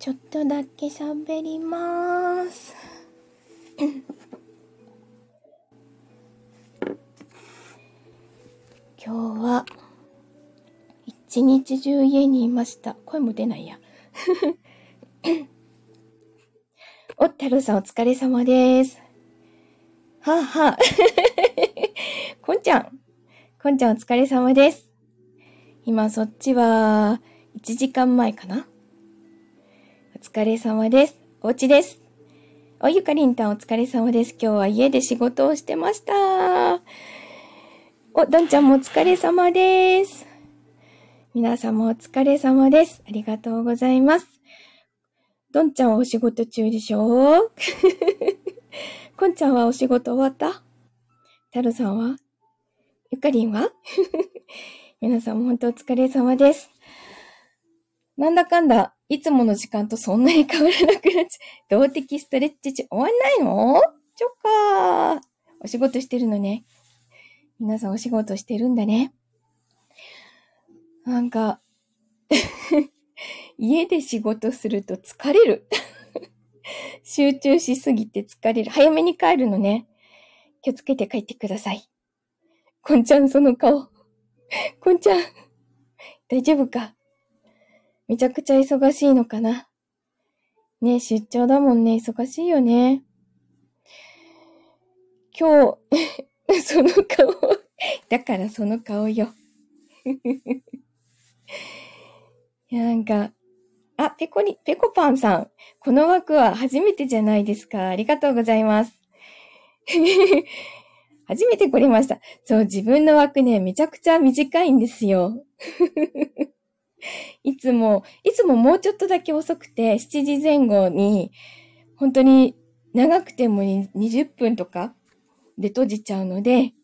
ちょっとだけ喋ります。今日は一日中家にいました。声も出ないや。お、太郎さんお疲れ様です。はあはあ。こんちゃんお疲れ様です。今そっちは1時間前かな。お疲れ様です。お家です。お、ゆかりんたんお疲れ様です。今日は家で仕事をしてました。お、どんちゃんもお疲れ様です。皆さんもお疲れ様です。ありがとうございます。どんちゃんはお仕事中でしょこんちゃんはお仕事終わった？たるさんは？ゆかりんは皆さんも本当お疲れ様です。なんだかんだ、いつもの時間とそんなに変わらなくなっちゃう。動的ストレッチ中、終わんないの？ちょっかー。お仕事してるのね。皆さんお仕事してるんだね。なんか、家で仕事すると疲れる。集中しすぎて疲れる。早めに帰るのね。気をつけて帰ってください。こんちゃんその顔。こんちゃん、大丈夫か？めちゃくちゃ忙しいのかな。ねえ、出張だもんね。忙しいよね。今日、その顔。だからその顔よ。なんか、あ、ペコパンさん。この枠は初めてじゃないですか。ありがとうございます。初めて来れました。そう、自分の枠ね、めちゃくちゃ短いんですよ。いつももうちょっとだけ遅くて、7時前後に、本当に長くても20分とかで閉じちゃうので、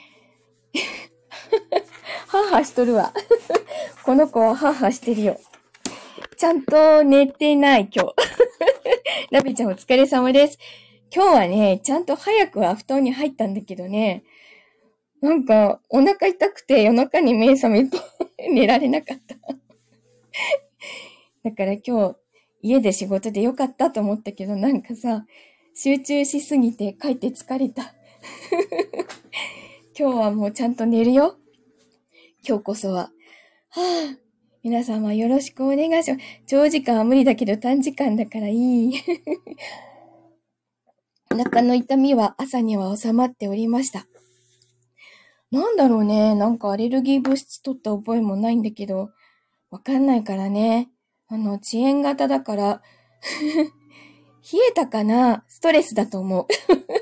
ハーハーしとるわ。この子はハーハーしてるよ。ちゃんと寝てない今日。ラビちゃんお疲れ様です。今日はね、ちゃんと早くは布団に入ったんだけどね、なんかお腹痛くて夜中に目覚めて寝られなかった。だから今日家で仕事でよかったと思ったけど、なんかさ、集中しすぎて帰って疲れた。今日はもうちゃんと寝るよ。今日こそは。はぁ、皆様よろしくお願いします。長時間は無理だけど短時間だからいい。お腹の痛みは朝には収まっておりました。なんだろうね。なんかアレルギー物質取った覚えもないんだけど、わかんないからね。遅延型だから、冷えたかな？ストレスだと思う。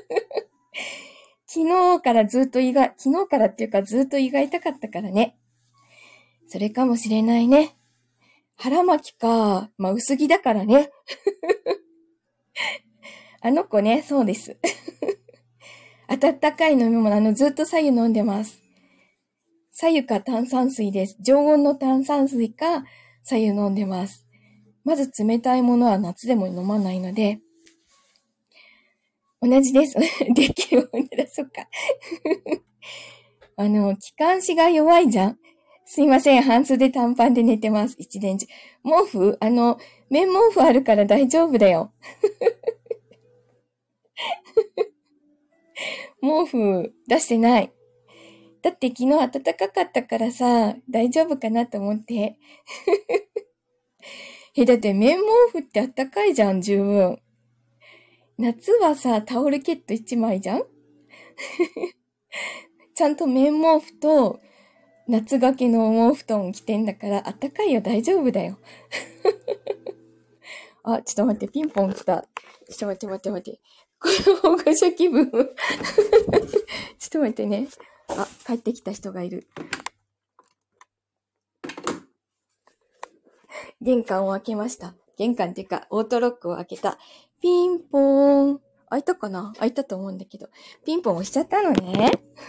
昨日からっていうかずっと胃が痛かったからね。それかもしれないね。腹巻きか。まあ、薄着だからね。あの子ね、そうです。温かい飲み物、ずっと白湯飲んでます。白湯か炭酸水です。常温の炭酸水か白湯飲んでます。まず冷たいものは夏でも飲まないので、同じです。できるもんだ、そっか。気管支が弱いじゃん。すいません、半袖短パンで寝てます。一年中。毛布綿毛布あるから大丈夫だよ。毛布出してない。だって昨日暖かかったからさ、大丈夫かなと思って。だって綿毛布って暖かいじゃん、十分。夏はさ、タオルケット1枚じゃんちゃんと綿毛布と夏掛けの毛布団着てんだから暖かいよ、大丈夫だよ。あ、ちょっと待って、ピンポン来た。ちょっと待って。この保護者気分。ちょっと待ってね。あ、帰ってきた人がいる。玄関を開けました。玄関っていうか、オートロックを開けた。ピンポーン。開いたかな？開いたと思うんだけど。ピンポン押しちゃったのね。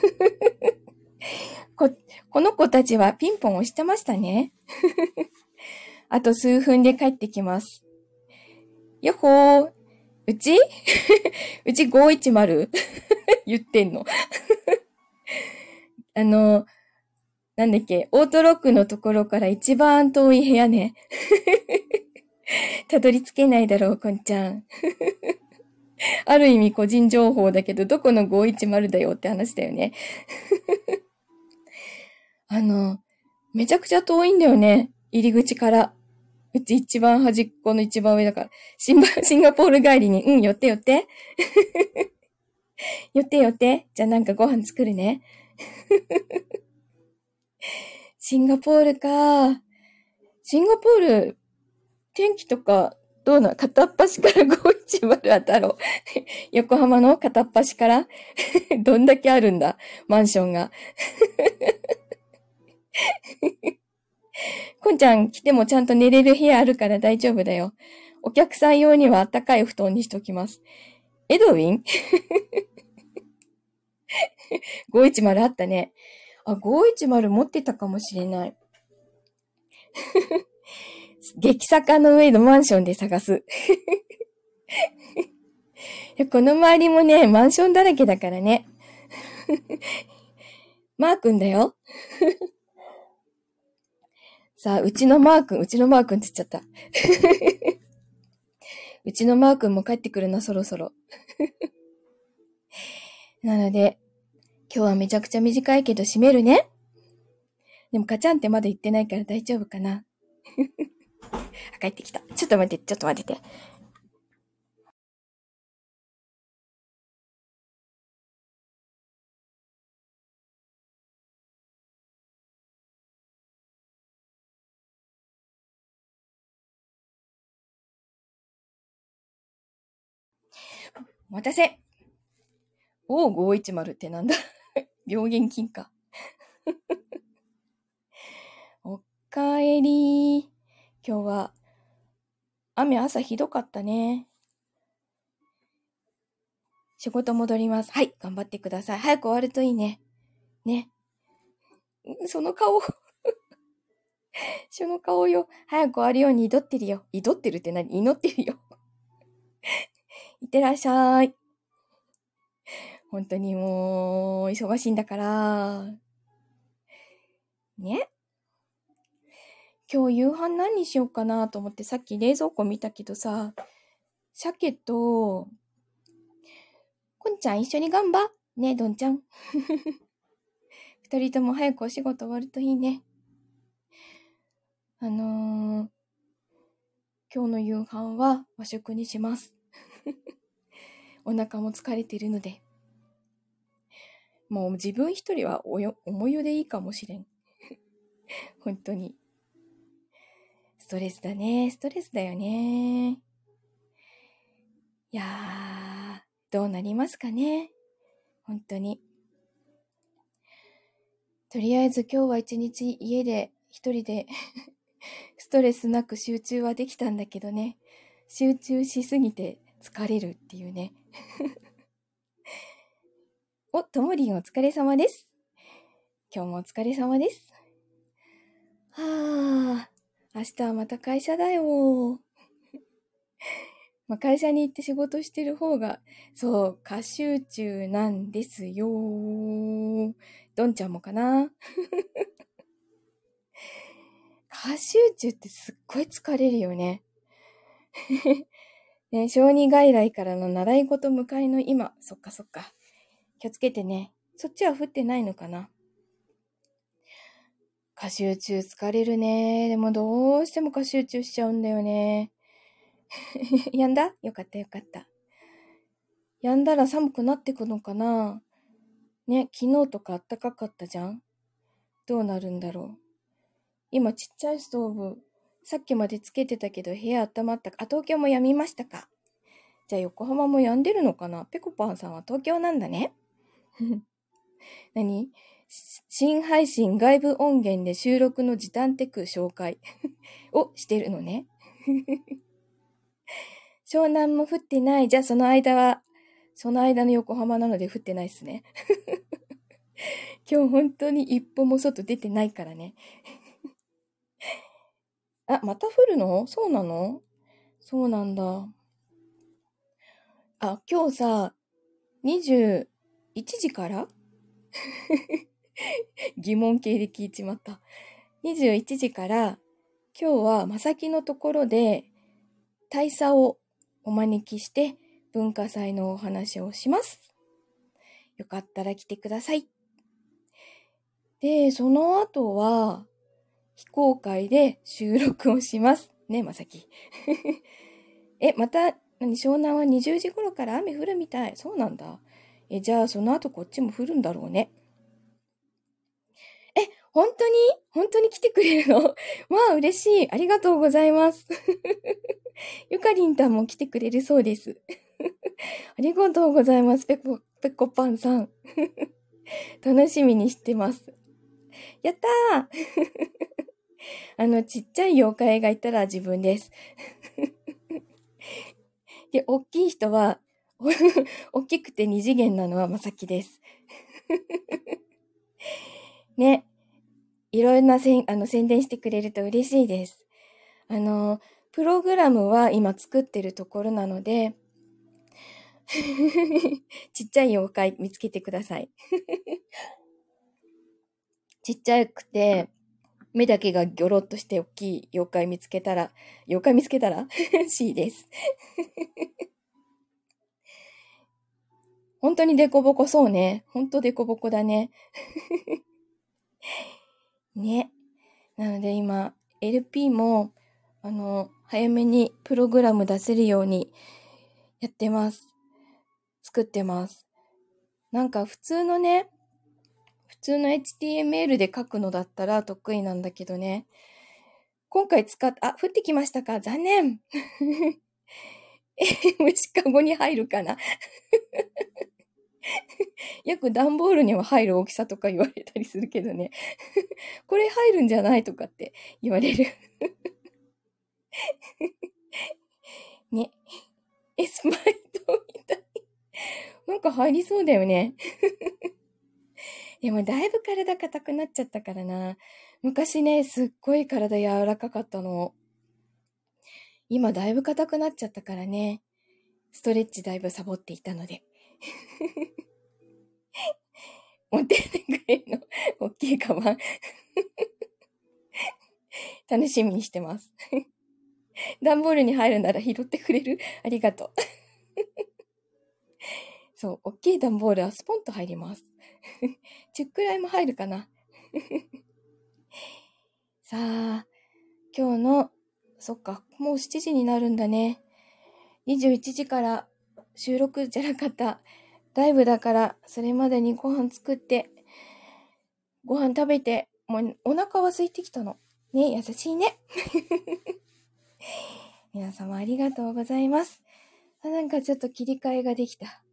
この子たちはピンポン押してましたね。あと数分で帰ってきます。よっほー。うち510 言ってんの。なんだっけ、オートロックのところから一番遠い部屋ね。 たどり着けないだろう、こんちゃん。ある意味個人情報だけど、どこの510だよって話だよね。めちゃくちゃ遠いんだよね。入り口から。うち一番端っこの一番上だから。シンガポール帰りに、寄って寄って。寄って寄って。じゃあなんかご飯作るね。シンガポールか。シンガポール、天気とか、どうな、片っ端から510あったろう。横浜の片っ端からどんだけあるんだ、マンションが。こんちゃん来てもちゃんと寝れる部屋あるから大丈夫だよ。お客さん用にはあったかい布団にしときます。エドウィン510あったね。あ、510持ってたかもしれない。激坂の上のマンションで探す。この周りもね、マンションだらけだからね。マー君だよ。さあ、うちのマー君って言っちゃった。うちのマー君も帰ってくるな、そろそろ。なので、今日はめちゃくちゃ短いけど閉めるね。でもカチャンってまだ言ってないから大丈夫かな。帰ってきた。ちょっと待ってて。お待たせ。510ってなんだ病原菌か。おかえり。今日は雨朝ひどかったね。仕事戻ります。はい、頑張ってください。早く終わるといいね。ね。その顔。その顔よ。早く終わるように祈ってるよ。祈ってるって何？祈ってるよ。いってらっしゃい。本当にもう、忙しいんだから。ね。今日夕飯何にしようかなと思ってさっき冷蔵庫見たけどさ、鮭と、こんちゃん一緒に頑張ねえ、どんちゃん。二人とも早くお仕事終わるといいね。今日の夕飯は和食にします。お腹も疲れてるので。もう自分一人は重湯でいいかもしれん。本当に。ストレスだね。ストレスだよね。いやー、どうなりますかね。本当に。とりあえず今日は一日家で一人でストレスなく集中はできたんだけどね。集中しすぎて疲れるっていうね。ともりんお疲れ様です。今日もお疲れ様です。はぁ、明日はまた会社だよ。会社に行って仕事してる方が、そう、過集中なんですよ。どんちゃんもかな過集中ってすっごい疲れるよね。ね、小児外来からの習い事迎えの今、そっか。気をつけてね。そっちは降ってないのかな。過集中疲れるね。でもどうしても過集中しちゃうんだよね。やんだ？よかった。やんだら寒くなってくのかな？ね、昨日とか暖かかったじゃん？どうなるんだろう。今ちっちゃいストーブ、さっきまでつけてたけど部屋温まったか。東京もやみましたか。じゃあ横浜もやんでるのかな。ペコパンさんは東京なんだね。何？新配信外部音源で収録の時短テク紹介をしてるのね。湘南も降ってない。じゃあその間の横浜なので降ってないっすね。今日本当に一歩も外出てないからね。あ、また降るの？そうなの？そうなんだ。あ、今日さ、21時から疑問形で聞いちまった。21時から今日はまさきのところで大佐をお招きして文化祭のお話をします。よかったら来てください。で、その後は非公開で収録をします。ね、まさき。また、湘南は20時頃から雨降るみたい。そうなんだ。じゃあその後こっちも降るんだろうね。本当に来てくれるの？まあ嬉しい。ありがとうございます。ゆかりんたんも来てくれるそうです。ありがとうございます。ペコパンさん。楽しみにしてます。やったーちっちゃい妖怪がいたら自分です。で、大きい人は、大きくて二次元なのはまさきです。ね。いろんな宣伝してくれると嬉しいです。プログラムは今作ってるところなので、ちっちゃい妖怪見つけてください。ちっちゃくて、目だけがギョロッとして大きい妖怪見つけたらC です。本当にデコボコそうね。本当デコボコだね。ね。なので今、LP も、早めにプログラム出せるようにやってます。作ってます。なんか普通の HTML で書くのだったら得意なんだけどね。今回降ってきましたか？残念。虫かごに入るかな。よく段ボールには入る大きさとか言われたりするけどね。これ入るんじゃないとかって言われる。ね。スマイトみたい。なんか入りそうだよね。でもだいぶ体硬くなっちゃったからな。昔ね、すっごい体柔らかかったの。今だいぶ硬くなっちゃったからね。ストレッチだいぶサボっていたので。持っててくれるの。大きいカバン。楽しみにしてます。段ボールに入るなら拾ってくれる？ありがとう。そう、大きい段ボールはスポンと入ります。10くらいも入るかな。さあ、今日の、そっか、もう7時になるんだね。21時から収録じゃなかった。ライブだから、それまでにご飯作って、ご飯食べて、もうお腹は空いてきたの。ね、優しいね。皆様ありがとうございます。なんかちょっと切り替えができた。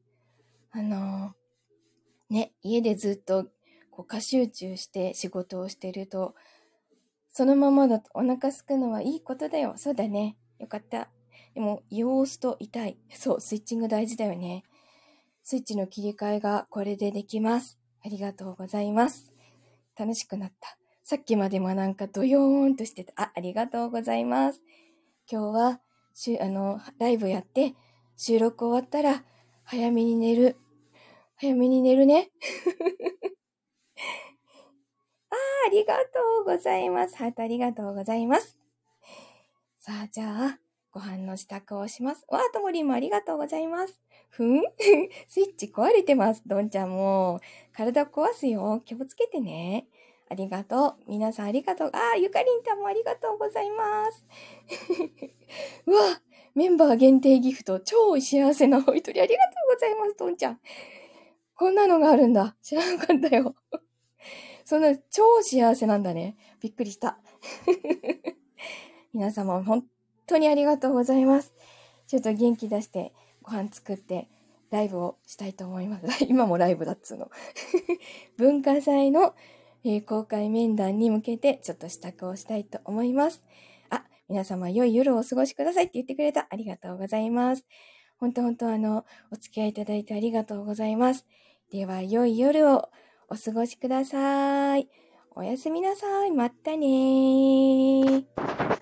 ね、家でずっと過集中して仕事をしてると、そのままだとお腹すくのはいいことだよ。そうだね。よかった。でも、胃を押すと痛い。そう、スイッチング大事だよね。スイッチの切り替えがこれでできます。ありがとうございます。楽しくなった。さっきまでもなんかドヨーンとしてた。ありがとうございます。今日は、ライブやって、収録終わったら、早めに寝る。早めに寝るね。ありがとうございます。ハートありがとうございます。さあ、じゃあ、ご飯の支度をします。ともりんもありがとうございます。スイッチ壊れてます。どんちゃんも。体壊すよ。気をつけてね。ありがとう。皆さんありがとう。ゆかりんたんもありがとうございます。メンバー限定ギフト。超幸せなお一人ありがとうございます、どんちゃん。こんなのがあるんだ。知らなかったよ。そんな超幸せなんだね。びっくりした。皆様本当にありがとうございます。ちょっと元気出してご飯作ってライブをしたいと思います。今もライブだっつうの。文化祭の、公開面談に向けてちょっと支度をしたいと思います。皆様良い夜をお過ごしくださいって言ってくれた。ありがとうございます。本当お付き合いいただいてありがとうございます。では良い夜をお過ごしください。おやすみなさい。またねー。